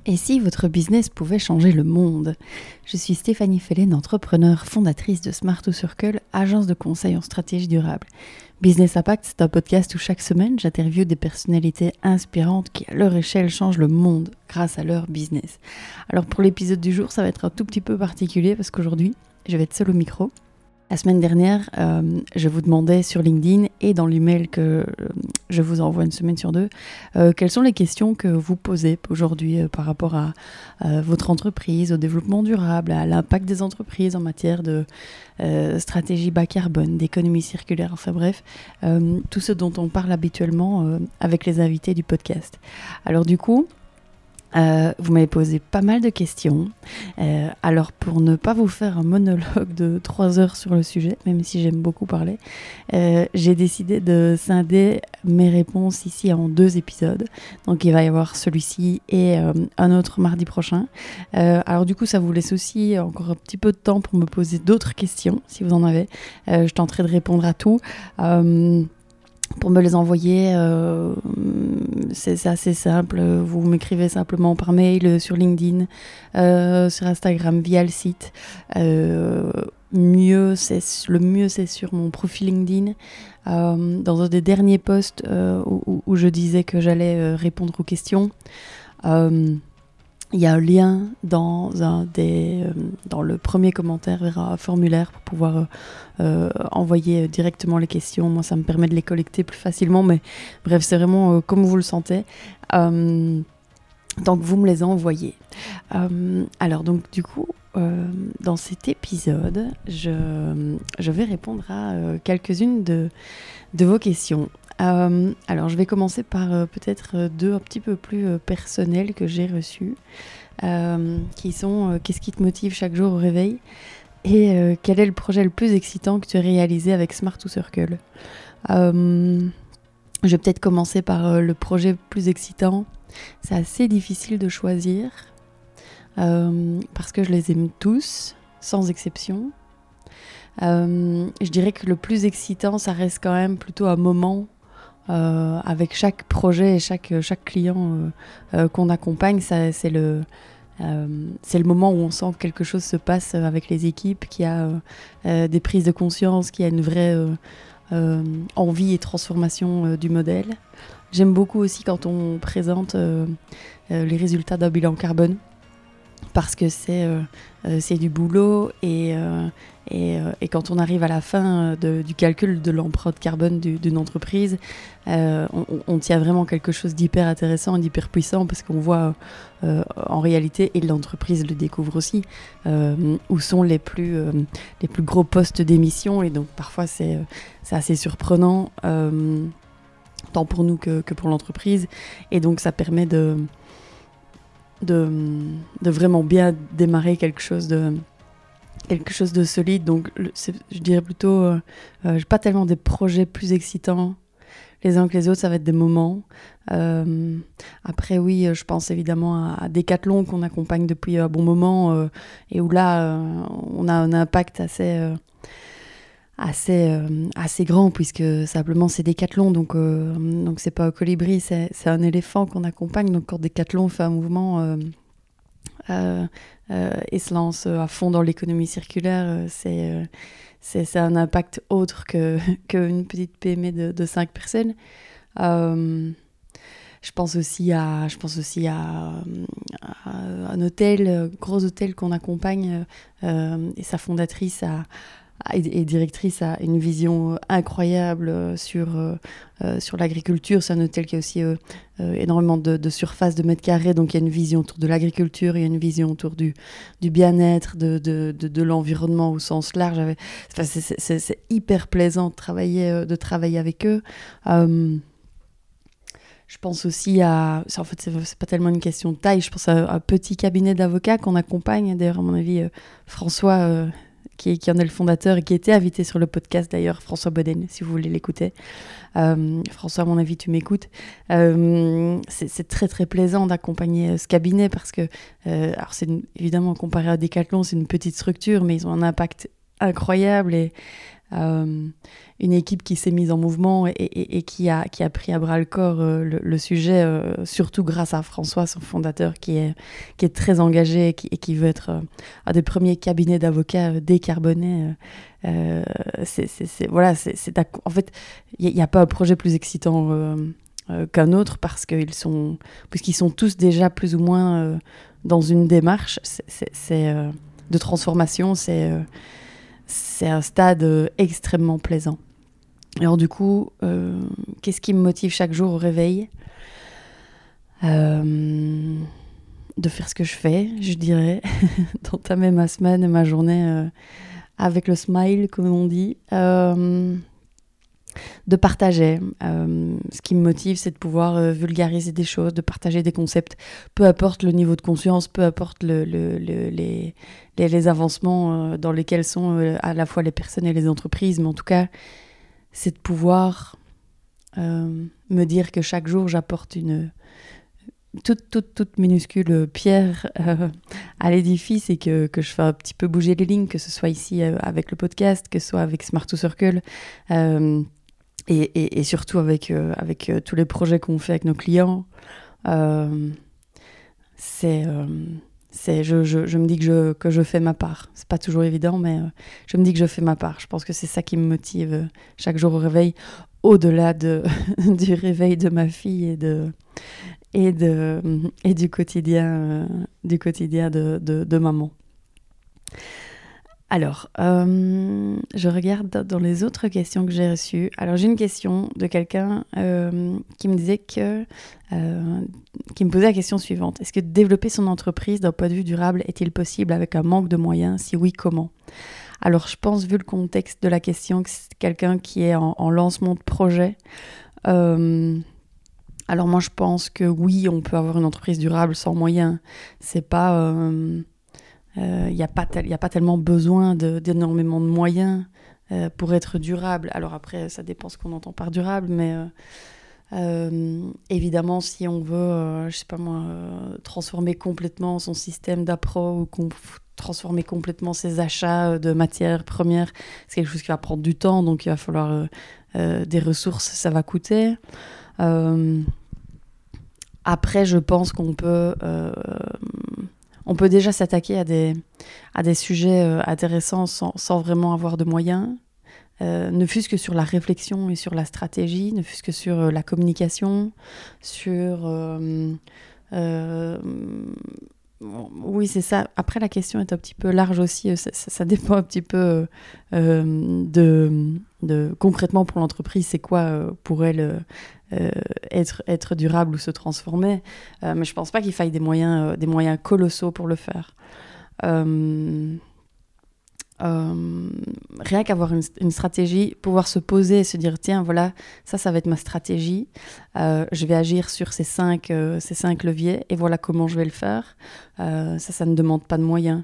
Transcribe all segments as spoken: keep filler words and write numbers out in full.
Et si votre business pouvait changer le monde? Je suis Stéphanie Fellen, entrepreneure, fondatrice de Smart to Circle, agence de conseil en stratégie durable. Business Impact, c'est un podcast où chaque semaine, j'interviewe des personnalités inspirantes qui, à leur échelle, changent le monde grâce à leur business. Alors pour l'épisode du jour, ça va être un tout petit peu particulier parce qu'aujourd'hui, je vais être seule au micro. La semaine dernière, euh, je vous demandais sur LinkedIn et dans l'email que euh, je vous envoie une semaine sur deux, euh, quelles sont les questions que vous posez aujourd'hui euh, par rapport à euh, votre entreprise, au développement durable, à l'impact des entreprises en matière de euh, stratégie bas carbone, d'économie circulaire, enfin bref, euh, tout ce dont on parle habituellement euh, avec les invités du podcast. Alors du coup, Euh, vous m'avez posé pas mal de questions. Euh, alors, pour ne pas vous faire un monologue de trois heures sur le sujet, même si j'aime beaucoup parler, euh, j'ai décidé de scinder mes réponses ici en deux épisodes. Donc, il va y avoir celui-ci et euh, un autre mardi prochain. Euh, alors, du coup, ça vous laisse aussi encore un petit peu de temps pour me poser d'autres questions, si vous en avez. Euh, je tenterai de répondre à tout. Euh, Pour me les envoyer, euh, c'est, c'est assez simple. Vous m'écrivez simplement par mail, sur LinkedIn, euh, sur Instagram, via le site. Euh, mieux, c'est, le mieux, c'est sur mon profil LinkedIn. Euh, dans un des derniers posts euh, où, où je disais que j'allais euh, répondre aux questions, euh, il y a un lien dans, un des, euh, dans le premier commentaire vers un formulaire pour pouvoir euh, euh, envoyer directement les questions. Moi, ça me permet de les collecter plus facilement, mais bref, c'est vraiment euh, comme vous le sentez. Euh, donc, vous me les envoyez. Euh, alors, donc, du coup, euh, dans cet épisode, je, je vais répondre à euh, quelques-unes de, de vos questions. Euh, alors, je vais commencer par euh, peut-être deux un petit peu plus euh, personnelles que j'ai reçues, euh, qui sont euh, qu'est-ce qui te motive chaque jour au réveil et euh, quel est le projet le plus excitant que tu as réalisé avec Smart to Circle. Euh, je vais peut-être commencer par euh, le projet le plus excitant. C'est assez difficile de choisir euh, parce que je les aime tous, sans exception. Euh, je dirais que le plus excitant, ça reste quand même plutôt un moment Euh, avec chaque projet et chaque, chaque client euh, euh, qu'on accompagne. Ça, c'est, le, euh, c'est le moment où on sent que quelque chose se passe avec les équipes, qu'il y a euh, euh, des prises de conscience, qu'il y a une vraie euh, euh, envie et transformation euh, du modèle. J'aime beaucoup aussi quand on présente euh, euh, les résultats d'un bilan carbone, parce que c'est, euh, euh, c'est du boulot et, euh, et, euh, et quand on arrive à la fin de, du calcul de l'empreinte carbone du, d'une entreprise, euh, on, on tient vraiment quelque chose d'hyper intéressant et d'hyper puissant parce qu'on voit euh, en réalité, et l'entreprise le découvre aussi, euh, où sont les plus, euh, les plus gros postes d'émission, et donc parfois c'est, c'est assez surprenant, euh, tant pour nous que, que pour l'entreprise, et donc ça permet de De, de vraiment bien démarrer quelque chose de, quelque chose de solide. Donc, c'est, je dirais plutôt, euh, euh, j'ai pas tellement des projets plus excitants les uns que les autres, ça va être des moments. Euh, après, oui, je pense évidemment à, à Decathlon qu'on accompagne depuis un bon moment euh, et où là, euh, on a un impact assez... Euh, assez euh, assez grand puisque simplement c'est Decathlon, donc euh, donc c'est pas un colibri, c'est c'est un éléphant qu'on accompagne. Donc quand Decathlon fait un mouvement euh, euh, euh, et se lance à fond dans l'économie circulaire, euh, c'est euh, c'est c'est un impact autre que qu'une petite P M E de de cinq personnes. Euh, je pense aussi à je pense aussi à, à un hôtel, gros hôtel qu'on accompagne, euh, et sa fondatrice a et directrice a une vision incroyable sur, euh, sur l'agriculture. C'est un hôtel qui a aussi euh, euh, énormément de, de surface, de mètres carrés, donc il y a une vision autour de l'agriculture, il y a une vision autour du, du bien-être, de, de, de, de l'environnement au sens large. Enfin, c'est, c'est, c'est, c'est hyper plaisant de travailler, de travailler avec eux. Euh, Je pense aussi à... En fait, c'est, c'est pas tellement une question de taille. Je pense à un petit cabinet d'avocats qu'on accompagne. D'ailleurs, à mon avis, euh, François... Euh, Qui, qui en est le fondateur et qui était invité sur le podcast d'ailleurs, François Boden, si vous voulez l'écouter. Euh, François, à mon avis, tu m'écoutes. Euh, c'est, c'est très très plaisant d'accompagner ce cabinet parce que, euh, alors c'est une, évidemment comparé à Decathlon, c'est une petite structure, mais ils ont un impact incroyable et euh, une équipe qui s'est mise en mouvement et, et, et qui, a, qui a pris à bras le corps euh, le, le sujet, euh, surtout grâce à François, son fondateur, qui est, qui est très engagé et qui, et qui veut être euh, un des premiers cabinets d'avocats euh, décarbonés. Euh, euh, c'est, c'est, c'est, voilà, c'est, c'est, en fait, il n'y a, a pas un projet plus excitant euh, euh, qu'un autre parce qu'ils sont, puisqu'ils sont tous déjà plus ou moins euh, dans une démarche c'est, c'est, c'est, euh, de transformation. C'est, euh, c'est un stade euh, extrêmement plaisant. Alors du coup, euh, qu'est-ce qui me motive chaque jour au réveil ? euh, De faire ce que je fais, je dirais, d'entamer ma semaine et ma journée euh, avec le smile, comme on dit. Euh, de partager. Euh, ce qui me motive, c'est de pouvoir euh, vulgariser des choses, de partager des concepts, peu importe le niveau de conscience, peu importe le, le, le, les, les, les avancements euh, dans lesquels sont euh, à la fois les personnes et les entreprises, mais en tout cas, c'est de pouvoir euh, me dire que chaque jour, j'apporte une toute, toute, toute minuscule pierre euh, à l'édifice et que, que je fais un petit peu bouger les lignes, que ce soit ici euh, avec le podcast, que ce soit avec Smart to Circle, euh, Et, et, et surtout avec, euh, avec euh, tous les projets qu'on fait avec nos clients, euh, c'est, euh, c'est, je, je, je me dis que je, que je fais ma part. C'est pas toujours évident, mais euh, je me dis que je fais ma part. Je pense que c'est ça qui me motive euh, chaque jour au réveil, au-delà de, du réveil de ma fille et, de, et, de, et du quotidien, euh, du quotidien de, de, de maman. Alors, euh, je regarde dans les autres questions que j'ai reçues. Alors, j'ai une question de quelqu'un euh, qui me disait que, euh, qui me posait la question suivante. Est-ce que développer son entreprise d'un point de vue durable est-il possible avec un manque de moyens ? Si oui, comment ? Alors, je pense, vu le contexte de la question, que c'est quelqu'un qui est en, en lancement de projet. Euh, alors, moi, je pense que oui, on peut avoir une entreprise durable sans moyens. C'est pas... Euh, Il euh, n'y a, tel, a pas tellement besoin de, d'énormément de moyens euh, pour être durable. Alors après, ça dépend ce qu'on entend par durable, mais euh, euh, évidemment, si on veut, euh, je sais pas moi, euh, transformer complètement son système d'appro ou com- transformer complètement ses achats de matières premières, c'est quelque chose qui va prendre du temps, donc il va falloir euh, euh, des ressources, ça va coûter. Euh, après, je pense qu'on peut... Euh, On peut déjà s'attaquer à des, à des sujets euh, intéressants sans, sans vraiment avoir de moyens, euh, ne fût-ce que sur la réflexion et sur la stratégie, ne fût-ce que sur euh, la communication, sur... Euh, euh, oui, c'est ça. Après, la question est un petit peu large aussi. Ça, ça, ça dépend un petit peu euh, de, de... Concrètement, pour l'entreprise, c'est quoi euh, pour elle euh, être, être durable ou se transformer. Euh, mais je ne pense pas qu'il faille des moyens, euh, des moyens colossaux pour le faire. Euh, euh, rien qu'avoir une, une stratégie, pouvoir se poser et se dire, tiens, voilà, ça, ça va être ma stratégie. Euh, je vais agir sur ces cinq, euh, ces cinq leviers et voilà comment je vais le faire. Euh, ça, ça ne demande pas de moyens.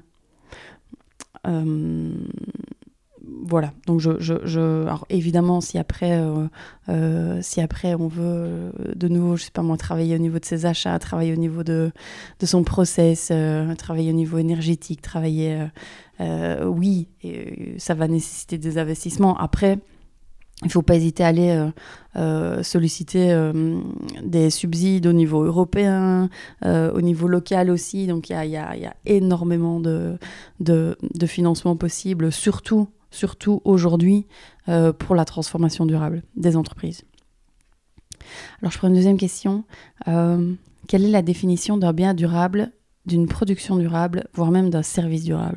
Euh, Voilà, donc je, je, je alors évidemment si après euh, euh, si après on veut euh, de nouveau, je sais pas moi, travailler au niveau de ses achats, travailler au niveau de, de son process, euh, travailler au niveau énergétique, travailler euh, euh, oui, et, ça va nécessiter des investissements. Après, il faut pas hésiter à aller euh, euh, solliciter euh, des subsides au niveau européen, euh, au niveau local aussi. Donc il y a, y a, y a énormément de, de, de financements possibles, surtout surtout aujourd'hui, euh, pour la transformation durable des entreprises. Alors, je prends une deuxième question. Euh, quelle est la définition d'un bien durable, d'une production durable, voire même d'un service durable ?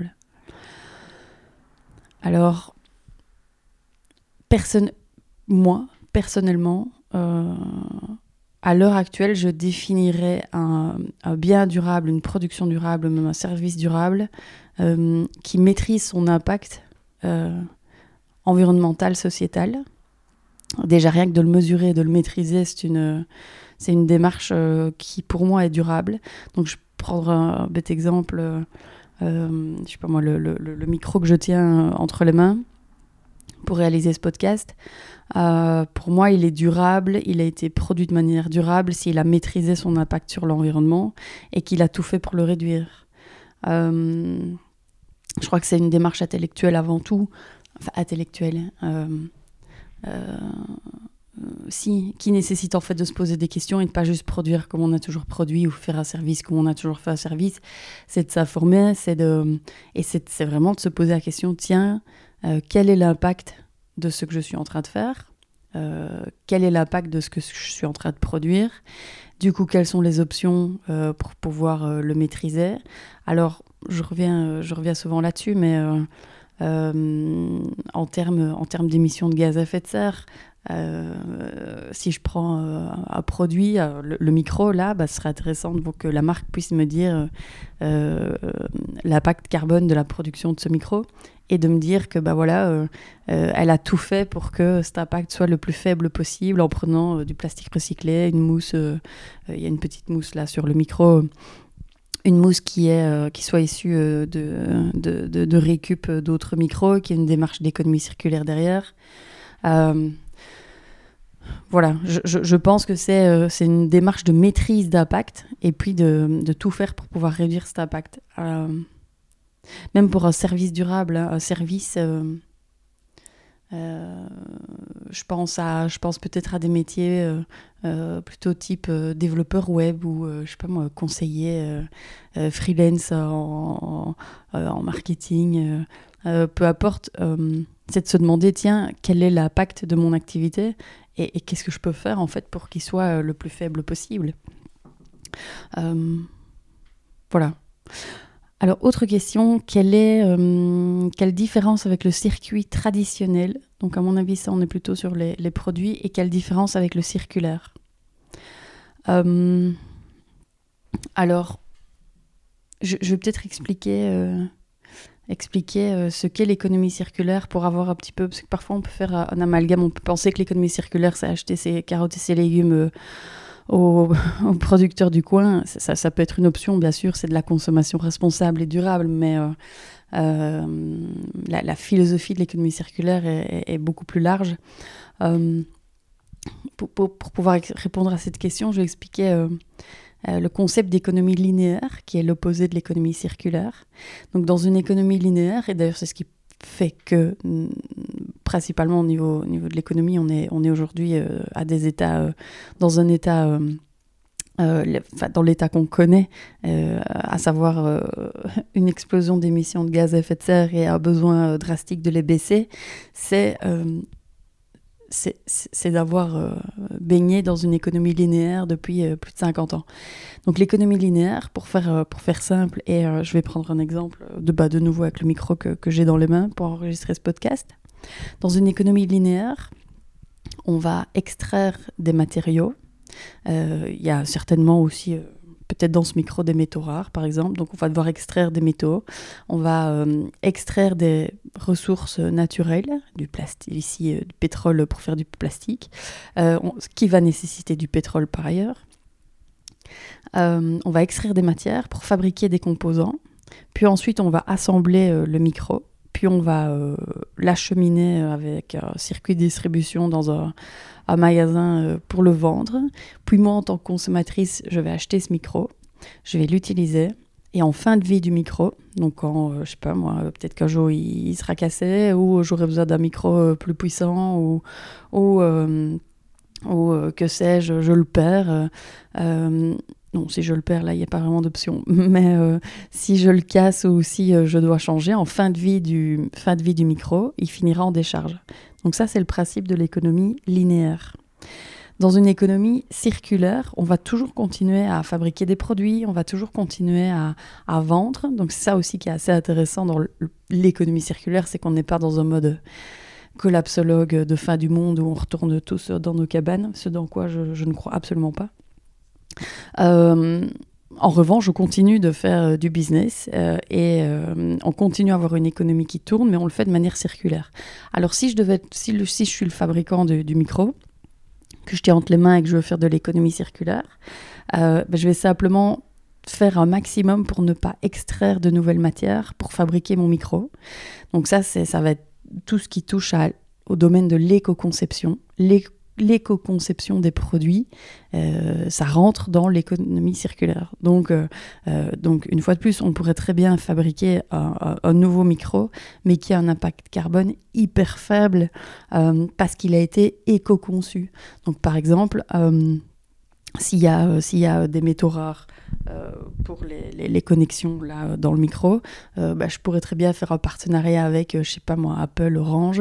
Alors, personne, moi, personnellement, euh, à l'heure actuelle, je définirais un, un bien durable, une production durable, même un service durable, euh, qui maîtrise son impact Euh, environnemental, sociétal. Déjà, rien que de le mesurer et de le maîtriser, c'est une, c'est une démarche euh, qui, pour moi, est durable. Donc, je prends un, un bête exemple. Euh, euh, je sais pas moi, le, le, le micro que je tiens entre les mains pour réaliser ce podcast. Euh, pour moi, il est durable. Il a été produit de manière durable s'il a maîtrisé son impact sur l'environnement et qu'il a tout fait pour le réduire. Euh, Je crois que c'est une démarche intellectuelle avant tout. enfin intellectuelle, euh, euh, si, qui nécessite en fait de se poser des questions et de pas juste produire comme on a toujours produit ou faire un service comme on a toujours fait un service. C'est de s'informer, c'est de, et c'est, c'est vraiment de se poser la question, tiens, euh, quel est l'impact de ce que je suis en train de faire ? Euh, quel est l'impact de ce que je suis en train de produire ? Du coup, quelles sont les options euh, pour pouvoir euh, le maîtriser ? Alors, je reviens, euh, je reviens souvent là-dessus, mais euh, euh, en termes en termes d'émissions de gaz à effet de serre, euh, si je prends euh, un produit, euh, le, le micro, là, bah, ce serait intéressant pour que la marque puisse me dire euh, l'impact carbone de la production de ce micro et de me dire que bah, voilà, euh, euh, elle a tout fait pour que cet impact soit le plus faible possible en prenant euh, du plastique recyclé, une mousse, il euh, euh, y a une petite mousse là sur le micro, une mousse qui, est, euh, qui soit issue euh, de, de, de, de récup d'autres micros, qui est une démarche d'économie circulaire derrière. Euh, voilà, je, je, je pense que c'est, euh, c'est une démarche de maîtrise d'impact et puis de, de tout faire pour pouvoir réduire cet impact. Euh, même pour un service durable, hein, un service... Euh, Euh, je pense à, je pense peut-être à des métiers euh, euh, plutôt type euh, développeur web ou euh, je sais pas moi, conseiller euh, euh, freelance en, en, en marketing, euh, euh, peu importe. Euh, c'est de se demander tiens quel est l'impact de mon activité et, et qu'est-ce que je peux faire en fait pour qu'il soit euh, le plus faible possible. Euh, voilà. Alors, autre question, quelle est euh, quelle différence avec le circuit traditionnel ? Donc, à mon avis, ça, on est plutôt sur les, les produits. Et quelle différence avec le circulaire ? euh, Alors, je, je vais peut-être expliquer, euh, expliquer euh, ce qu'est l'économie circulaire pour avoir un petit peu... Parce que parfois, on peut faire un amalgame. On peut penser que l'économie circulaire, c'est acheter ses carottes et ses légumes... Euh, Aux, aux producteurs du coin, ça, ça peut être une option, bien sûr, c'est de la consommation responsable et durable, mais euh, euh, la, la philosophie de l'économie circulaire est, est, est beaucoup plus large. Euh, pour, pour, pour pouvoir ex- répondre à cette question, je vais expliquer euh, euh, le concept d'économie linéaire, qui est l'opposé de l'économie circulaire. Donc, dans une économie linéaire, et d'ailleurs c'est ce qui fait que, principalement au niveau, au niveau de l'économie, on est, on est aujourd'hui euh, à des états, euh, dans un état, euh, euh, dans l'état qu'on connaît, euh, à savoir euh, une explosion d'émissions de gaz à effet de serre et un besoin euh, drastique de les baisser, c'est, euh, c'est, c'est d'avoir euh, baigné dans une économie linéaire depuis euh, plus de cinquante ans. Donc l'économie linéaire, pour faire, euh, pour faire simple, et euh, je vais prendre un exemple de, bah, de nouveau avec le micro que, que j'ai dans les mains pour enregistrer ce podcast. Dans une économie linéaire, on va extraire des matériaux. Euh, il y a certainement aussi, euh, peut-être dans ce micro, des métaux rares, par exemple. Donc on va devoir extraire des métaux. On va euh, extraire des ressources naturelles, du plastique, ici euh, du pétrole pour faire du plastique, euh, on, ce qui va nécessiter du pétrole par ailleurs. Euh, on va extraire des matières pour fabriquer des composants. Puis ensuite, on va assembler euh, le micro. Puis on va euh, l'acheminer avec un circuit de distribution dans un, un magasin euh, pour le vendre. Puis moi, en tant que consommatrice, je vais acheter ce micro, je vais l'utiliser. Et en fin de vie du micro, donc quand, euh, je sais pas moi, peut-être qu'un jour il, il sera cassé, ou j'aurai besoin d'un micro euh, plus puissant, ou, ou, euh, ou euh, que sais-je, je le perds. Euh, Non, si je le perds, là, il n'y a pas vraiment d'option. Mais euh, si je le casse ou si euh, je dois changer, en fin de vie du, fin de vie du micro, il finira en décharge. Donc ça, c'est le principe de l'économie linéaire. Dans une économie circulaire, on va toujours continuer à fabriquer des produits, on va toujours continuer à, à vendre. Donc c'est ça aussi qui est assez intéressant dans l'économie circulaire, c'est qu'on n'est pas dans un mode collapsologue de fin du monde où on retourne tous dans nos cabanes, ce dans quoi je, je ne crois absolument pas. Euh, en revanche, je continue de faire euh, du business euh, et euh, on continue à avoir une économie qui tourne, mais on le fait de manière circulaire. Alors, si je, devais, si, le, si je suis le fabricant de, du micro, que je tiens entre les mains et que je veux faire de l'économie circulaire, euh, ben, je vais simplement faire un maximum pour ne pas extraire de nouvelles matières pour fabriquer mon micro. Donc ça, c'est, ça va être tout ce qui touche à, au domaine de l'éco-conception, l'éco l'éco-conception des produits, euh, ça rentre dans l'économie circulaire. Donc, euh, euh, donc, une fois de plus, on pourrait très bien fabriquer un, un, un nouveau micro, mais qui a un impact carbone hyper faible euh, parce qu'il a été éco-conçu. Donc, par exemple, euh, s'il y a, euh, s'il y a des métaux rares euh, pour les, les, les connexions là, dans le micro, euh, bah, je pourrais très bien faire un partenariat avec, euh, je sais pas moi, Apple, Orange,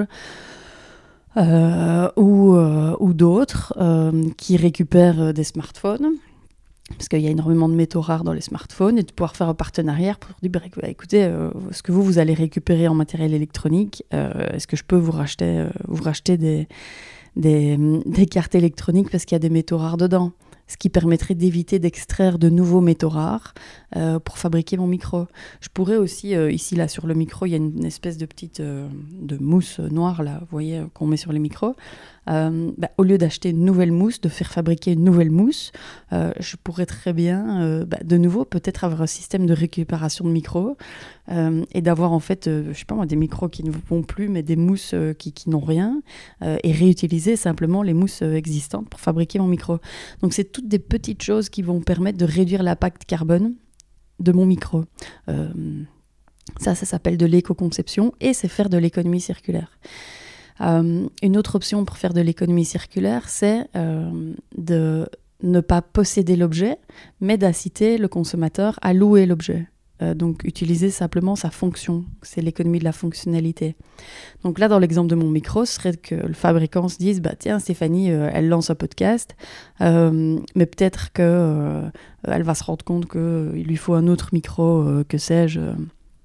Euh, ou, euh, ou d'autres euh, qui récupèrent des smartphones, parce qu'il y a énormément de métaux rares dans les smartphones, et de pouvoir faire un partenariat pour dire, bah, écoutez, euh, ce que vous, vous allez récupérer en matériel électronique, euh, est-ce que je peux vous racheter, euh, vous racheter des, des, des cartes électroniques parce qu'il y a des métaux rares dedans, ce qui permettrait d'éviter d'extraire de nouveaux métaux rares euh, pour fabriquer mon micro. Je pourrais aussi, euh, ici là sur le micro, il y a une, une espèce de petite euh, de mousse noire là, vous voyez, euh, qu'on met sur les micros. Euh, bah, au lieu d'acheter une nouvelle mousse, de faire fabriquer une nouvelle mousse, euh, je pourrais très bien, euh, bah, de nouveau, peut-être avoir un système de récupération de micros euh, et d'avoir en fait, euh, je sais pas moi, des micros qui ne vont plus, mais des mousses euh, qui, qui n'ont rien euh, et réutiliser simplement les mousses euh, existantes pour fabriquer mon micro. Donc c'est toutes des petites choses qui vont permettre de réduire l'impact carbone de mon micro. Euh, ça, ça s'appelle de l'éco-conception et c'est faire de l'économie circulaire. Euh, une autre option pour faire de l'économie circulaire, c'est euh, de ne pas posséder l'objet, mais d'inciter le consommateur à louer l'objet. Euh, donc utiliser simplement sa fonction, c'est l'économie de la fonctionnalité. Donc là, dans l'exemple de mon micro, ce serait que le fabricant se dise, bah tiens, Stéphanie, euh, elle lance un podcast, euh, mais peut-être que euh, elle va se rendre compte qu'il euh, lui faut un autre micro, euh, que sais-je. Euh,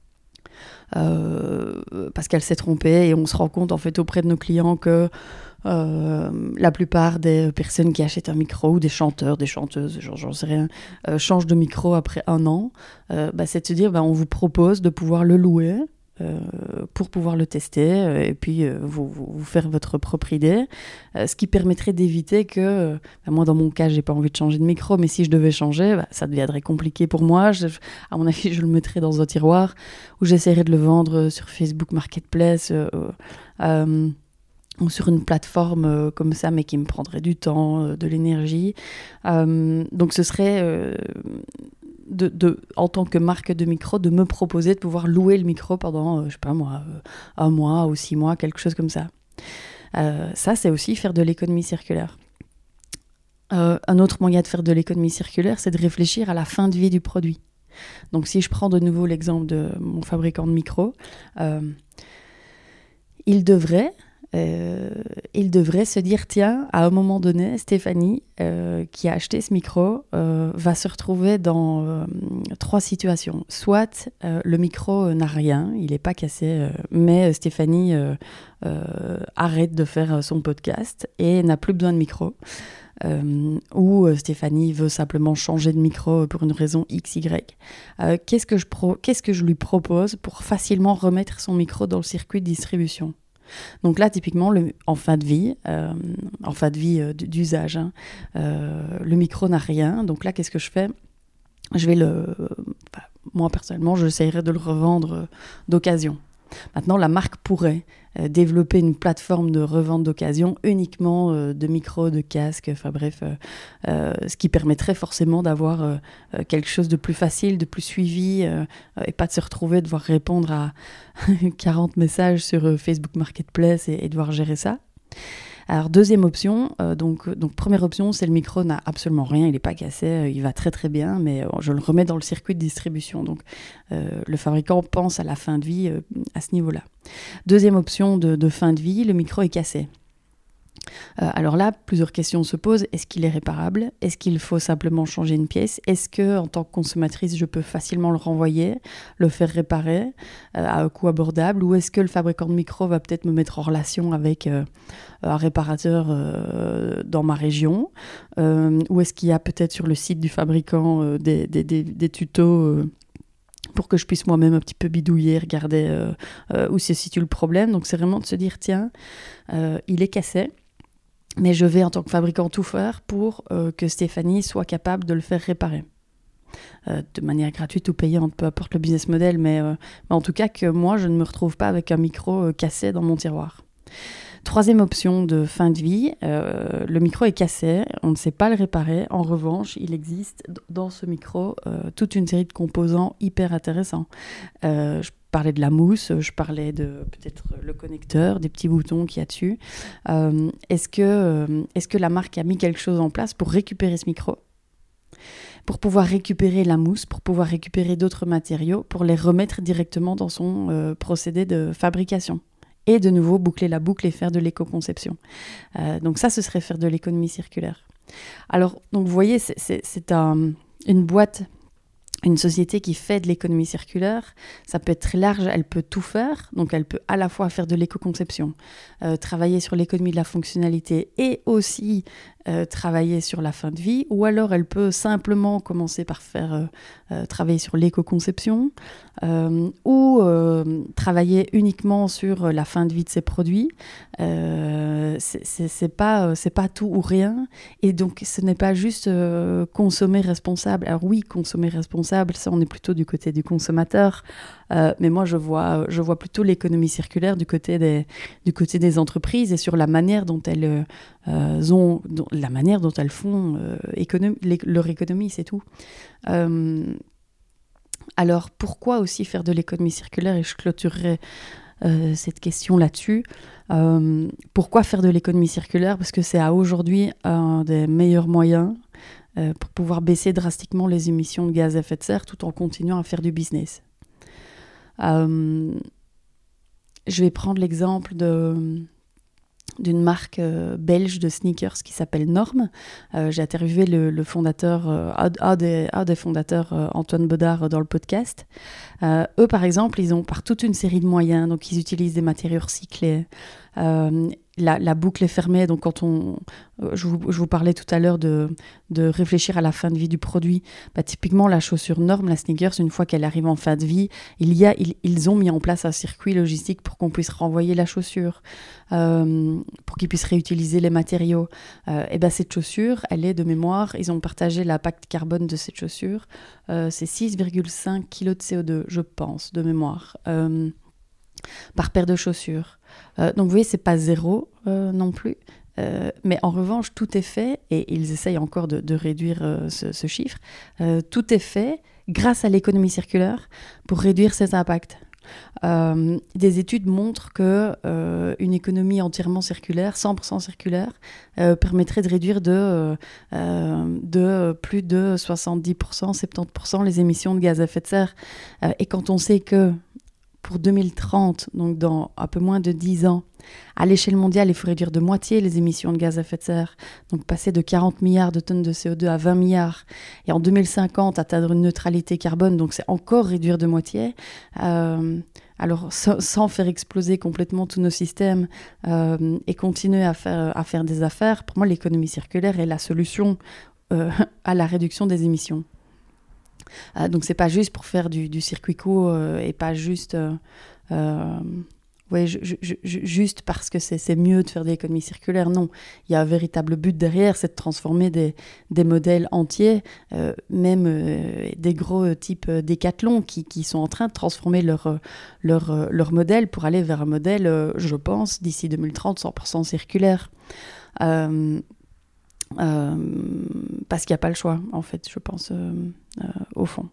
Euh, parce qu'elle s'est trompée et on se rend compte en fait auprès de nos clients que euh, la plupart des personnes qui achètent un micro ou des chanteurs, des chanteuses, genre, j'en sais rien, euh, changent de micro après un an, euh, bah, c'est de se dire bah, on vous propose de pouvoir le louer euh, pour pouvoir le tester euh, et puis euh, vous, vous, vous faire votre propre idée, euh, ce qui permettrait d'éviter que, euh, bah, moi dans mon cas j'ai pas envie de changer de micro, mais si je devais changer, bah, ça deviendrait compliqué pour moi. Je, à mon avis je le mettrais dans un tiroir où j'essaierais de le vendre sur Facebook Marketplace euh, euh, ou sur une plateforme euh, comme ça, mais qui me prendrait du temps, euh, de l'énergie. Euh, donc ce serait euh, De, de, en tant que marque de micro, de me proposer de pouvoir louer le micro pendant, euh, je sais pas moi, euh, un mois ou six mois, quelque chose comme ça. Euh, ça, c'est aussi faire de l'économie circulaire. Euh, un autre moyen de faire de l'économie circulaire, c'est de réfléchir à la fin de vie du produit. Donc si je prends de nouveau l'exemple de mon fabricant de micro, euh, il devrait... Euh, il devrait se dire tiens, à un moment donné, Stéphanie, euh, qui a acheté ce micro, euh, va se retrouver dans euh, trois situations. Soit euh, le micro n'a rien, il n'est pas cassé, euh, mais Stéphanie euh, euh, arrête de faire son podcast et n'a plus besoin de micro. Euh, ou Stéphanie veut simplement changer de micro pour une raison X Y. Euh, qu'est-ce que je pro- qu'est-ce que je lui propose pour facilement remettre son micro dans le circuit de distribution ? Donc là, typiquement, le, en fin de vie, euh, en fin de vie euh, d'usage, hein, euh, le micro n'a rien. Donc là, qu'est-ce que je fais ? Je vais le... Enfin, moi, personnellement, j'essaierai de le revendre euh, d'occasion. Maintenant, la marque pourrait euh, développer une plateforme de revente d'occasion uniquement euh, de micros, de casques, enfin bref, euh, euh, ce qui permettrait forcément d'avoir euh, quelque chose de plus facile, de plus suivi, euh, et pas de se retrouver, devoir répondre à quarante messages sur euh, Facebook Marketplace et, et devoir gérer ça. Alors deuxième option, euh, donc, donc première option, c'est le micro n'a absolument rien, il n'est pas cassé, euh, il va très très bien, mais euh, je le remets dans le circuit de distribution. Donc euh, le fabricant pense à la fin de vie euh, à ce niveau-là. Deuxième option de, de fin de vie, le micro est cassé. Euh, alors là, plusieurs questions se posent. Est-ce qu'il est réparable ? Est-ce qu'il faut simplement changer une pièce ? Est-ce que, en tant que consommatrice, je peux facilement le renvoyer, le faire réparer euh, à un coût abordable ? Ou est-ce que le fabricant de micro va peut-être me mettre en relation avec euh, un réparateur euh, dans ma région ? euh, Ou est-ce qu'il y a peut-être sur le site du fabricant euh, des, des, des, des tutos euh, pour que je puisse moi-même un petit peu bidouiller, regarder euh, euh, où se situe le problème ? Donc c'est vraiment de se dire, tiens, euh, il est cassé. Mais je vais, en tant que fabricant, tout faire pour euh, que Stéphanie soit capable de le faire réparer. Euh, de manière gratuite ou payante, peu importe le business model, mais, euh, mais en tout cas que moi, je ne me retrouve pas avec un micro euh, cassé dans mon tiroir. Troisième option de fin de vie, euh, le micro est cassé, on ne sait pas le réparer. En revanche, il existe dans ce micro euh, toute une série de composants hyper intéressants. Euh, je parlais de la mousse, je parlais de peut-être le connecteur, des petits boutons qu'il y a dessus. Euh, est-ce que, euh, est-ce que la marque a mis quelque chose en place pour récupérer ce micro ? Pour pouvoir récupérer la mousse, pour pouvoir récupérer d'autres matériaux, pour les remettre directement dans son euh, procédé de fabrication. Et de nouveau, boucler la boucle et faire de l'éco-conception. Euh, donc ça, ce serait faire de l'économie circulaire. Alors, donc vous voyez, c'est, c'est, c'est un, une boîte, une société qui fait de l'économie circulaire. Ça peut être très large, elle peut tout faire. Donc, elle peut à la fois faire de l'éco-conception, euh, travailler sur l'économie de la fonctionnalité et aussi euh, travailler sur la fin de vie. Ou alors, elle peut simplement commencer par faire euh, euh, travailler sur l'éco-conception euh, ou euh, travailler uniquement sur la fin de vie de ses produits. Euh, c'est, c'est, c'est pas, c'est pas tout ou rien. Et donc, ce n'est pas juste euh, consommer responsable. Alors oui, consommer responsable, ça, on est plutôt du côté du consommateur. Euh, mais moi, je vois, je vois plutôt l'économie circulaire du côté des, du côté des entreprises et sur la manière dont elles, euh, ont, dont, la manière dont elles font euh, économie, les, leur économie, c'est tout. Euh, alors, pourquoi aussi faire de l'économie circulaire ? Et je clôturerai euh, cette question là-dessus. Euh, pourquoi faire de l'économie circulaire ? Parce que c'est à aujourd'hui un des meilleurs moyens euh, pour pouvoir baisser drastiquement les émissions de gaz à effet de serre tout en continuant à faire du business. Euh, je vais prendre l'exemple de, d'une marque euh, belge de sneakers qui s'appelle Norm. Euh, j'ai interviewé le, le fondateur, euh, un, un, des, un des fondateurs, euh, Antoine Baudard, euh, dans le podcast. Euh, eux, par exemple, ils ont par toute une série de moyens. Donc, ils utilisent des matériaux recyclés. Euh, la, la boucle est fermée. Donc, quand on, euh, je, vous, je vous parlais tout à l'heure de, de réfléchir à la fin de vie du produit. Bah, typiquement, la chaussure Norm, la sneakers, une fois qu'elle arrive en fin de vie, il y a, ils, ils ont mis en place un circuit logistique pour qu'on puisse renvoyer la chaussure, euh, pour qu'ils puissent réutiliser les matériaux. Euh, et ben, cette chaussure, elle est de mémoire. Ils ont partagé l'impact carbone de cette chaussure. Euh, c'est six virgule cinq kilos de C O deux, je pense, de mémoire, euh, par paire de chaussures. Euh, donc vous voyez, c'est pas zéro euh, non plus. Euh, mais en revanche, tout est fait, et ils essayent encore de, de réduire euh, ce, ce chiffre, euh, tout est fait grâce à l'économie circulaire pour réduire cet impact. Euh, des études montrent que euh, une économie entièrement circulaire, cent pour cent circulaire, euh, permettrait de réduire de, euh, de plus de soixante-dix pour cent, soixante-dix pour cent les émissions de gaz à effet de serre. Euh, et quand on sait que pour deux mille trente, donc dans un peu moins de dix ans, à l'échelle mondiale, il faut réduire de moitié les émissions de gaz à effet de serre, donc passer de quarante milliards de tonnes de C O deux à vingt milliards, et en deux mille cinquante, atteindre une neutralité carbone, donc c'est encore réduire de moitié. Euh, alors, sans, sans faire exploser complètement tous nos systèmes euh, et continuer à faire, à faire des affaires, pour moi, l'économie circulaire est la solution euh, à la réduction des émissions. Euh, donc c'est pas juste pour faire du, du circuit court euh, et pas juste euh, euh, ouais, je, je, je, juste parce que c'est, c'est mieux de faire de l'économie circulaire. Non, il y a un véritable but derrière, c'est de transformer des, des modèles entiers, euh, même euh, des gros euh, types euh, Decathlon qui, qui sont en train de transformer leur, leur, euh, leur modèle pour aller vers un modèle, euh, je pense, d'ici deux mille trente, cent pour cent circulaire. Euh, Euh, parce qu'il n'y a pas le choix, en fait, je pense, euh, euh, au fond.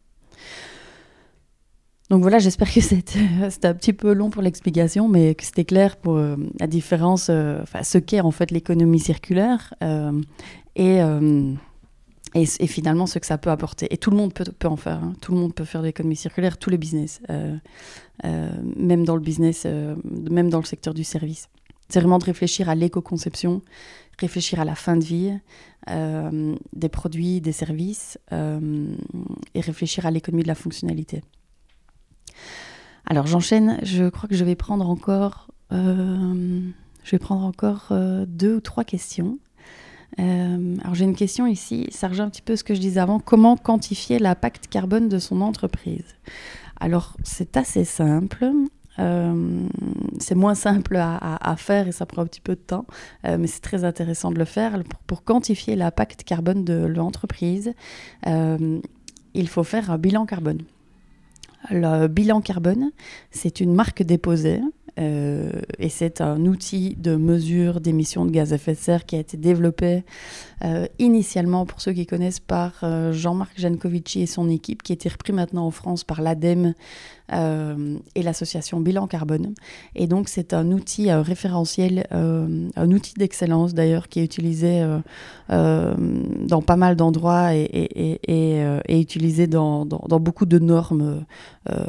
Donc voilà, j'espère que c'était, c'était un petit peu long pour l'explication, mais que c'était clair pour euh, la différence, euh, enfin, ce qu'est en fait l'économie circulaire euh, et, euh, et, et finalement ce que ça peut apporter. Et tout le monde peut, peut en faire, hein. Tout le monde peut faire de l'économie circulaire, tous les business, euh, euh, même dans le business, euh, même dans le secteur du service. C'est vraiment de réfléchir à l'éco-conception, réfléchir à la fin de vie euh, des produits, des services euh, et réfléchir à l'économie de la fonctionnalité. Alors j'enchaîne, je crois que je vais prendre encore, euh, je vais prendre encore euh, deux ou trois questions. Euh, alors j'ai une question ici, ça rejoint un petit peu ce que je disais avant, comment quantifier l'impact carbone de son entreprise ? Alors c'est assez simple. Euh, c'est moins simple à, à, à faire et ça prend un petit peu de temps, euh, mais c'est très intéressant de le faire. Pour, pour quantifier l'impact carbone de l'entreprise, euh, il faut faire un bilan carbone. Le bilan carbone, c'est une marque déposée euh, et c'est un outil de mesure d'émissions de gaz à effet de serre qui a été développé euh, initialement, pour ceux qui connaissent, par euh, Jean-Marc Jancovici et son équipe, qui a été repris maintenant en France par l'ADEME euh, et l'association Bilan Carbone. Et donc c'est un outil euh, référentiel, euh, un outil d'excellence d'ailleurs, qui est utilisé euh, euh, dans pas mal d'endroits et, et, et, et, euh, et utilisé dans, dans, dans beaucoup de normes, euh,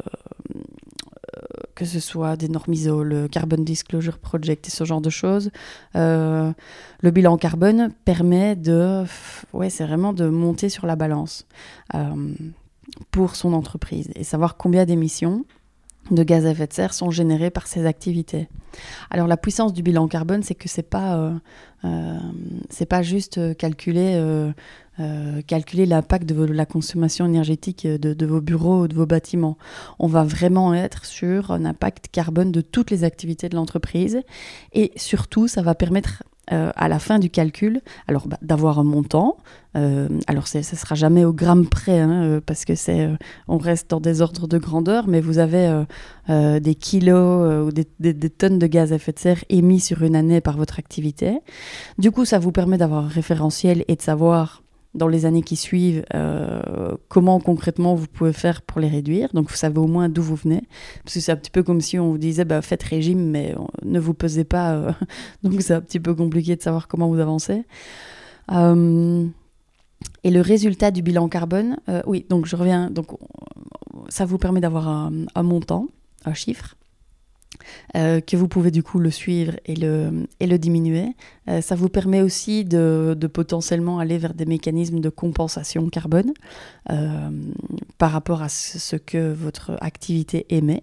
que ce soit des normes I S O, le Carbon Disclosure Project et ce genre de choses. Euh, le bilan carbone permet de, ouais, c'est vraiment de monter sur la balance euh, pour son entreprise et savoir combien d'émissions de gaz à effet de serre sont générées par ces activités. Alors la puissance du bilan carbone, c'est que c'est pas, euh, euh, c'est pas juste calculer, euh, euh, calculer l'impact de, vos, de la consommation énergétique de, de vos bureaux ou de vos bâtiments. On va vraiment être sur un impact carbone de toutes les activités de l'entreprise et surtout, ça va permettre Euh, à la fin du calcul, alors bah, d'avoir un montant. Euh, alors ce ne sera jamais au gramme près, hein, euh, parce que c'est, euh, on reste dans des ordres de grandeur, mais vous avez euh, euh, des kilos euh, ou des, des, des tonnes de gaz à effet de serre émis sur une année par votre activité. Du coup, ça vous permet d'avoir un référentiel et de savoir dans les années qui suivent, euh, comment concrètement vous pouvez faire pour les réduire. Donc, vous savez au moins d'où vous venez. Parce que c'est un petit peu comme si on vous disait, bah, faites régime, mais on, ne vous pesez pas. Euh, donc, c'est un petit peu compliqué de savoir comment vous avancez. Euh, et le résultat du bilan carbone, euh, oui, donc je reviens. Donc, ça vous permet d'avoir un, un montant, un chiffre. Euh, que vous pouvez du coup le suivre et le, et le diminuer. Euh, ça vous permet aussi de, de potentiellement aller vers des mécanismes de compensation carbone euh, par rapport à ce, ce que votre activité émet.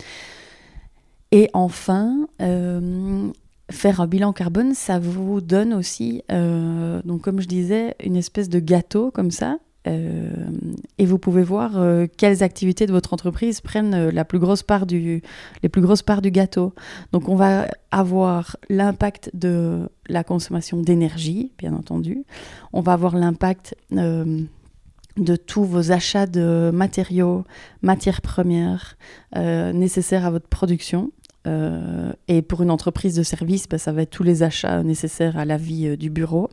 Et enfin, euh, faire un bilan carbone, ça vous donne aussi, euh, donc comme je disais, une espèce de gâteau comme ça. Euh, et vous pouvez voir euh, quelles activités de votre entreprise prennent euh, la plus grosse part du, les plus grosses parts du gâteau. Donc on va avoir l'impact de la consommation d'énergie, bien entendu. On va avoir l'impact euh, de tous vos achats de matériaux, matières premières euh, nécessaires à votre production. Euh, et pour une entreprise de service, bah, ça va être tous les achats nécessaires à la vie euh, du bureau.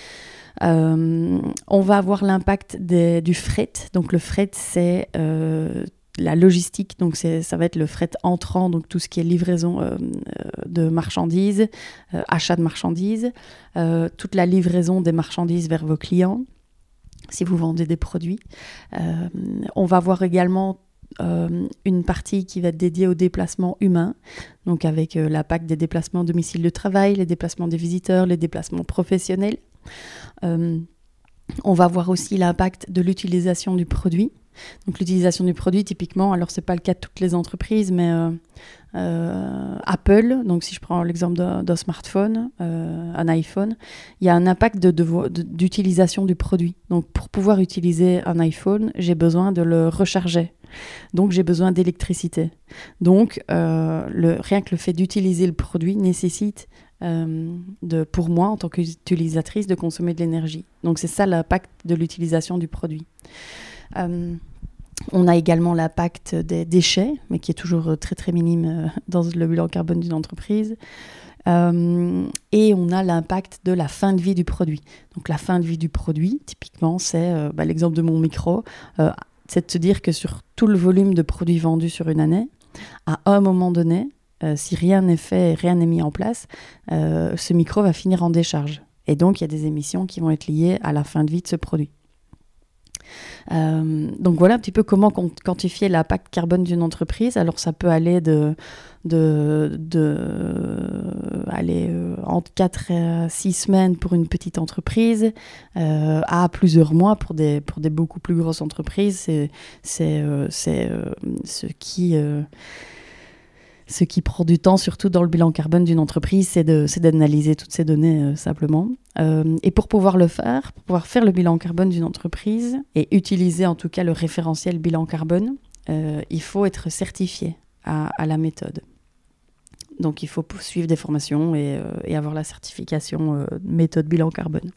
Euh, on va avoir l'impact des, du fret. Donc le fret, c'est euh, la logistique. Donc c'est, ça va être le fret entrant, donc tout ce qui est livraison euh, de marchandises, euh, achat de marchandises, euh, toute la livraison des marchandises vers vos clients, si vous vendez des produits. Euh, on va avoir également Euh, une partie qui va être dédiée aux déplacements humains, donc avec euh, l'impact des déplacements domicile de travail, les déplacements des visiteurs, les déplacements professionnels. Euh, on va voir aussi l'impact de l'utilisation du produit. Donc l'utilisation du produit, typiquement, alors c'est pas le cas de toutes les entreprises, mais euh, euh, Apple, donc si je prends l'exemple d'un, d'un smartphone, euh, un iPhone, il y a un impact de, de, de, d'utilisation du produit. Donc pour pouvoir utiliser un iPhone, j'ai besoin de le recharger. Donc j'ai besoin d'électricité. Donc euh, le, rien que le fait d'utiliser le produit nécessite euh, de, pour moi en tant qu'utilisatrice de consommer de l'énergie. Donc c'est ça l'impact de l'utilisation du produit. Euh, on a également l'impact des déchets, mais qui est toujours très très minime euh, dans le bilan carbone d'une entreprise. Euh, et on a l'impact de la fin de vie du produit. Donc la fin de vie du produit, typiquement, c'est euh, bah, l'exemple de mon micro. Euh, c'est de se dire que sur tout le volume de produits vendus sur une année, à un moment donné, euh, si rien n'est fait, rien n'est mis en place, euh, ce micro va finir en décharge. Et donc, il y a des émissions qui vont être liées à la fin de vie de ce produit. Euh, donc voilà un petit peu comment quantifier l'impact carbone d'une entreprise. Alors ça peut aller de, de, de aller euh, entre quatre et six semaines pour une petite entreprise euh, à plusieurs mois pour des, pour des beaucoup plus grosses entreprises. C'est, c'est, euh, c'est euh, ce qui... Euh, Ce qui prend du temps, surtout dans le bilan carbone d'une entreprise, c'est, de, c'est d'analyser toutes ces données euh, simplement. Euh, et pour pouvoir le faire, pour pouvoir faire le bilan carbone d'une entreprise et utiliser en tout cas le référentiel bilan carbone, euh, il faut être certifié à, à la méthode. Donc il faut suivre des formations et, euh, et avoir la certification euh, méthode bilan carbone.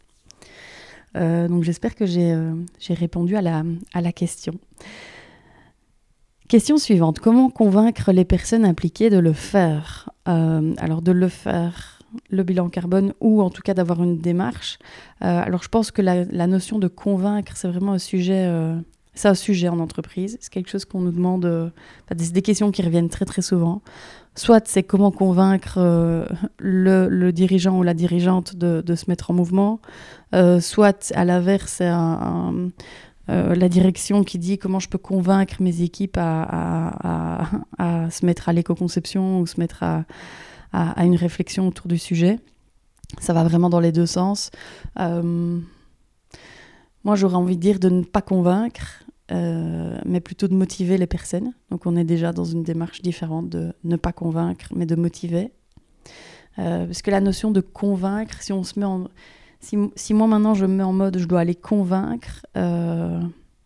Euh, donc j'espère que j'ai, euh, j'ai répondu à la, à la question. Question suivante. Comment convaincre les personnes impliquées de le faire ? Euh, alors, de le faire, le bilan carbone, ou en tout cas d'avoir une démarche. Euh, alors, je pense que la, la notion de convaincre, c'est vraiment un sujet... Euh, c'est un sujet en entreprise. C'est quelque chose qu'on nous demande... Euh, enfin, des, des questions qui reviennent très, très souvent. Soit c'est comment convaincre euh, le, le dirigeant ou la dirigeante de, de se mettre en mouvement. Euh, soit, à l'inverse, c'est un... un Euh, la direction qui dit comment je peux convaincre mes équipes à, à, à, à se mettre à l'éco-conception ou se mettre à, à, à une réflexion autour du sujet. Ça va vraiment dans les deux sens. Euh, moi, j'aurais envie de dire de ne pas convaincre, euh, mais plutôt de motiver les personnes. Donc, on est déjà dans une démarche différente de ne pas convaincre, mais de motiver. Euh, parce que la notion de convaincre, si on se met en... Si, si moi, maintenant, je me mets en mode je dois aller convaincre, euh,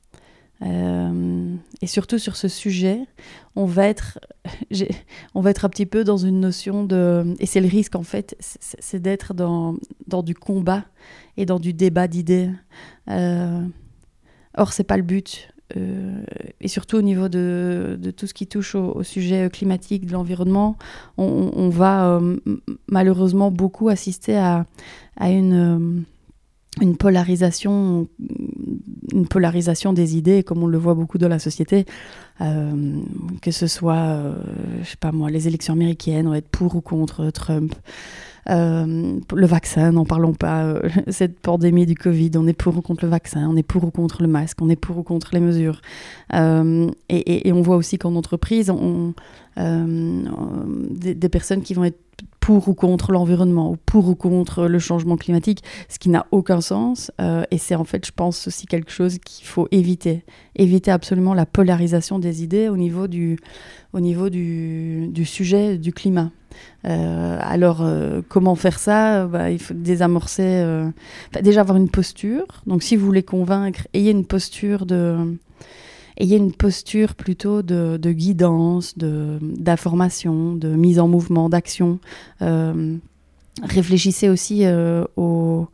euh, et surtout sur ce sujet, on va être, j'ai, on va être un petit peu dans une notion de... Et c'est le risque, en fait, c'est, c'est d'être dans, dans du combat et dans du débat d'idées. Euh, or, c'est pas le but. Euh, et surtout au niveau de, de tout ce qui touche au, au sujet climatique, de l'environnement, on, on va euh, malheureusement beaucoup assister à, à une, une, polarisation, une polarisation des idées, comme on le voit beaucoup dans la société, euh, que ce soit, euh, je sais pas moi, les élections américaines, on va être pour ou contre Trump. Euh, le vaccin, n'en parlons pas, euh, cette pandémie du Covid, on est pour ou contre le vaccin, on est pour ou contre le masque, on est pour ou contre les mesures. Euh, et, et, et on voit aussi qu'en entreprise, on, euh, des, des personnes qui vont être pour ou contre l'environnement, ou pour ou contre le changement climatique, ce qui n'a aucun sens. Euh, et c'est en fait, je pense, aussi quelque chose qu'il faut éviter. Éviter absolument la polarisation des idées au niveau du, au niveau du, du sujet du climat. Euh, alors, euh, comment faire ça ? Bah, il faut désamorcer... Euh... Enfin, déjà, avoir une posture. Donc, si vous voulez convaincre, ayez une posture de... Ayez une posture plutôt de, de guidance, de, d'information, de mise en mouvement, d'action. Euh, réfléchissez aussi euh, au,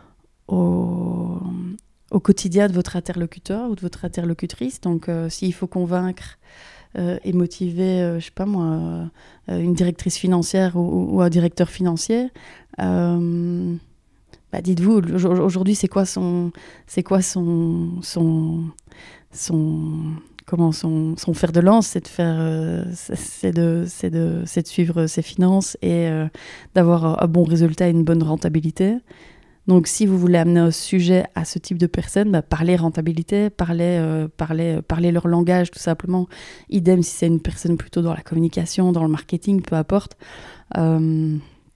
au, au quotidien de votre interlocuteur ou de votre interlocutrice. Donc, euh, s'il faut convaincre euh, et motiver, euh, je sais pas moi, euh, une directrice financière ou, ou un directeur financier, euh, bah dites-vous, aujourd'hui, c'est quoi son, c'est quoi son, son, son, comment son, son fer de lance, c'est de faire, euh, c'est de, c'est de, c'est de suivre ses finances et euh, d'avoir un bon résultat et une bonne rentabilité. Donc, si vous voulez amener un sujet à ce type de personnes, bah, parlez rentabilité, parlez, euh, parlez, parlez leur langage, tout simplement. Idem si c'est une personne plutôt dans la communication, dans le marketing, peu importe. Euh,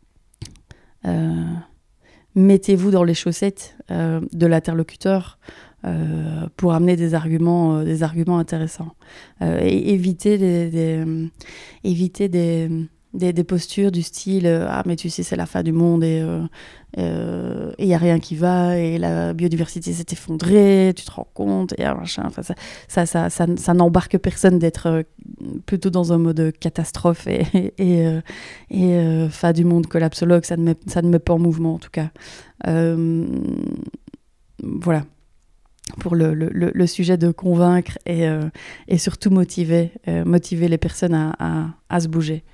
euh, mettez-vous dans les chaussettes euh, de l'interlocuteur euh, pour amener des arguments, euh, des arguments intéressants. Euh, et évitez des, des, euh, évitez des, des, des postures du style euh, « Ah, mais tu sais, c'est la fin du monde et il euh, euh, n'y a rien qui va et la biodiversité s'est effondrée, tu te rends compte ?» et machin. Enfin, ça, ça, ça, ça, ça n'embarque personne d'être euh, plutôt dans un mode catastrophe et, et, et, euh, et euh, fin du monde, collapsologue. Ça ne met, ça ne met pas en mouvement, en tout cas. Euh, voilà. Pour le, le, le sujet de convaincre et, euh, et surtout motiver, euh, motiver les personnes à, à, à se bouger.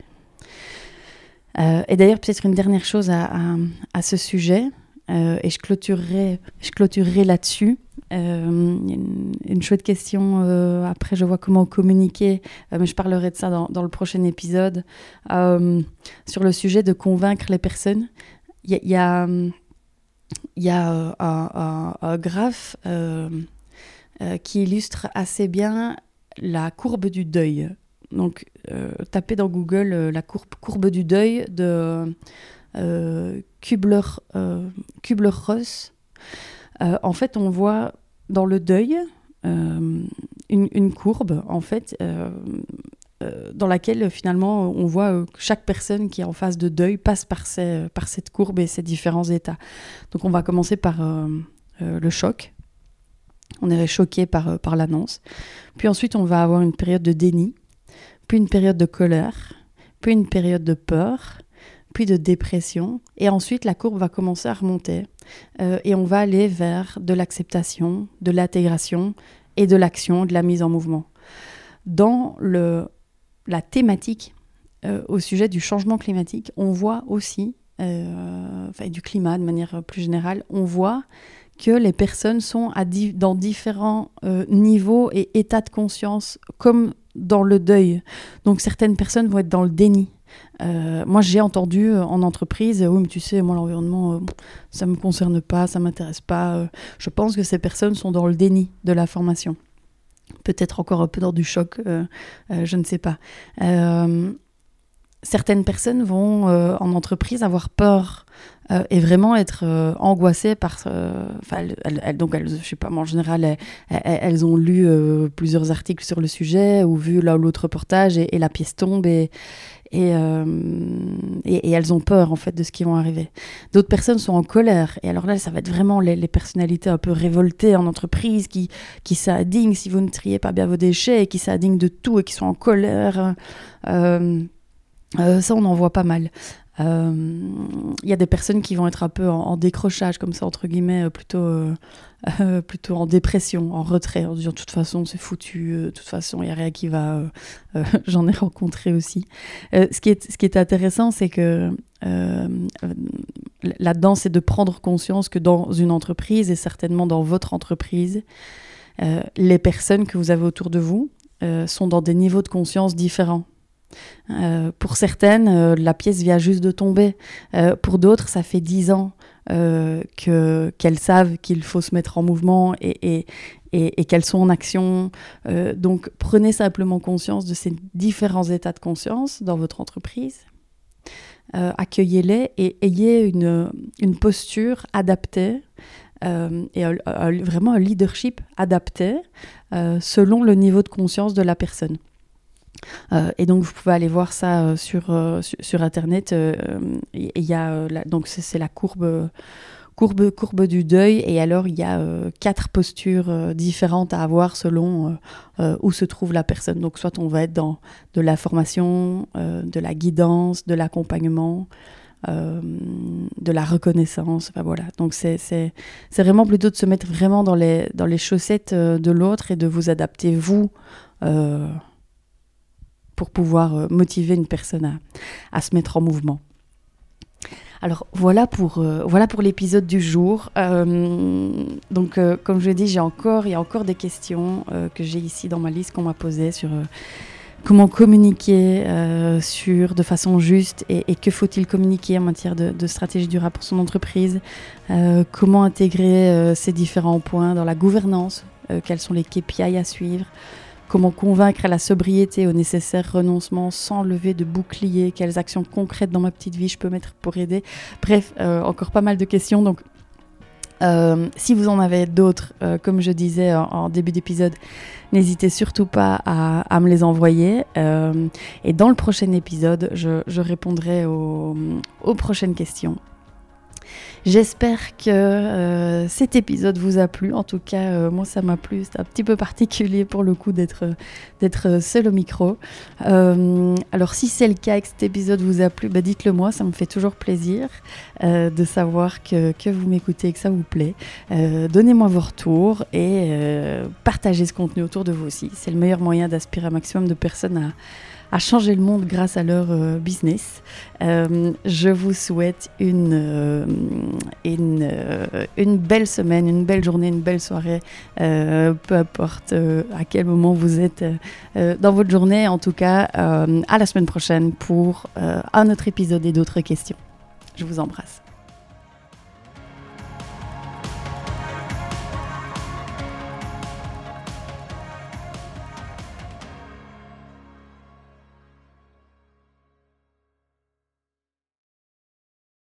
Euh, et d'ailleurs, peut-être une dernière chose à, à, à ce sujet, euh, et je clôturerai, je clôturerai là-dessus. Euh, une, une chouette question, euh, après je vois comment communiquer, euh, mais je parlerai de ça dans, dans le prochain épisode, euh, sur le sujet de convaincre les personnes. Il y, y a... Il y a euh, un, un, un graphe euh, euh, qui illustre assez bien la courbe du deuil. Donc, euh, tapez dans Google euh, la courbe, courbe du deuil de euh, Kubler, euh, Kubler-Ross. Euh, en fait, on voit dans le deuil euh, une, une courbe, en fait, euh, euh, dans laquelle finalement on voit euh, que chaque personne qui est en phase de deuil passe par, ces, par cette courbe et ces différents états. Donc on va commencer par euh, euh, le choc. On est choqué par, euh, par l'annonce. Puis ensuite on va avoir une période de déni, puis une période de colère, puis une période de peur, puis de dépression. Et ensuite la courbe va commencer à remonter euh, et on va aller vers de l'acceptation, de l'intégration et de l'action, de la mise en mouvement. dans le, la thématique euh, au sujet du changement climatique, on voit aussi, euh, enfin, du climat de manière plus générale, on voit que les personnes sont à di- dans différents euh, niveaux et états de conscience, comme dans le deuil. Donc certaines personnes vont être dans le déni. Euh, moi, j'ai entendu euh, en entreprise, euh, oui, mais tu sais, moi, l'environnement, euh, ça ne me concerne pas, ça ne m'intéresse pas. Euh, je pense que ces personnes sont dans le déni de la formation. Peut-être encore un peu dans du choc, euh, euh, je ne sais pas. Euh, certaines personnes vont, euh, en entreprise, avoir peur euh, et vraiment être euh, angoissées par... Euh, elles, elles, elles, donc, elles, je sais pas, moi, en général, elles, elles, elles ont lu euh, plusieurs articles sur le sujet ou vu l'un ou l'autre reportage et, et la pièce tombe et... Et, euh, et, et elles ont peur en fait de ce qui va arriver. D'autres personnes sont en colère et alors là ça va être vraiment les, les personnalités un peu révoltées en entreprise qui, qui s'indignent si vous ne triez pas bien vos déchets et qui s'indignent de tout et qui sont en colère. Euh, euh, ça on en voit pas mal. Il euh, y a des personnes qui vont être un peu en, en décrochage comme ça entre guillemets, plutôt, euh, euh, plutôt en dépression, en retrait, en disant de toute façon c'est foutu, euh, de toute façon il n'y a rien qui va, euh, euh, j'en ai rencontré aussi. Euh, ce, qui est, ce qui est intéressant c'est que euh, là-dedans c'est de prendre conscience que dans une entreprise et certainement dans votre entreprise, euh, les personnes que vous avez autour de vous euh, sont dans des niveaux de conscience différents. Euh, pour certaines, euh, la pièce vient juste de tomber. Euh, pour d'autres, ça fait dix ans euh, que, qu'elles savent qu'il faut se mettre en mouvement et, et, et, et qu'elles sont en action. Euh, donc, prenez simplement conscience de ces différents états de conscience dans votre entreprise. Euh, accueillez-les et ayez une, une posture adaptée euh, et un, un, vraiment un leadership adapté euh, selon le niveau de conscience de la personne. Euh, et donc vous pouvez aller voir ça euh, sur, euh, sur, sur internet. Il euh, y a euh, la, donc c'est, c'est la courbe, courbe, courbe du deuil. Et alors il y a euh, quatre postures euh, différentes à avoir selon euh, euh, où se trouve la personne. Donc soit on va être dans de la formation, euh, de la guidance, de l'accompagnement, euh, de la reconnaissance. Enfin voilà. Donc c'est, c'est, c'est vraiment plutôt de se mettre vraiment dans les, dans les chaussettes euh, de l'autre et de vous adapter vous. Euh, pour pouvoir motiver une personne à, à se mettre en mouvement. Alors voilà pour, euh, voilà pour l'épisode du jour. Euh, donc euh, comme je l'ai dit, j'ai encore, il y a encore des questions euh, que j'ai ici dans ma liste qu'on m'a posées sur euh, comment communiquer euh, sur, de façon juste et, et que faut-il communiquer en matière de, de stratégie durable pour son entreprise, euh, comment intégrer euh, ces différents points dans la gouvernance, euh, quels sont les K P I à suivre, comment convaincre à la sobriété, au nécessaire renoncement sans lever de bouclier, quelles actions concrètes dans ma petite vie je peux mettre pour aider. Bref, euh, encore pas mal de questions. Donc, euh, si vous en avez d'autres, euh, comme je disais en, en début d'épisode, n'hésitez surtout pas à, à me les envoyer. Euh, et dans le prochain épisode, je, je répondrai aux, aux prochaines questions. J'espère que euh, cet épisode vous a plu. En tout cas, euh, moi, ça m'a plu. C'est un petit peu particulier pour le coup d'être, d'être seul au micro. Euh, alors, si c'est le cas et que cet épisode vous a plu, bah, dites-le moi. Ça me fait toujours plaisir euh, de savoir que, que vous m'écoutez et que ça vous plaît. Euh, donnez-moi vos retours et euh, partagez ce contenu autour de vous aussi. C'est le meilleur moyen d'aspirer un maximum de personnes à à changer le monde grâce à leur euh, business. Euh, je vous souhaite une, euh, une, euh, une belle semaine, une belle journée, une belle soirée, euh, peu importe euh, à quel moment vous êtes euh, dans votre journée. En tout cas, euh, à la semaine prochaine pour euh, un autre épisode et d'autres questions. Je vous embrasse.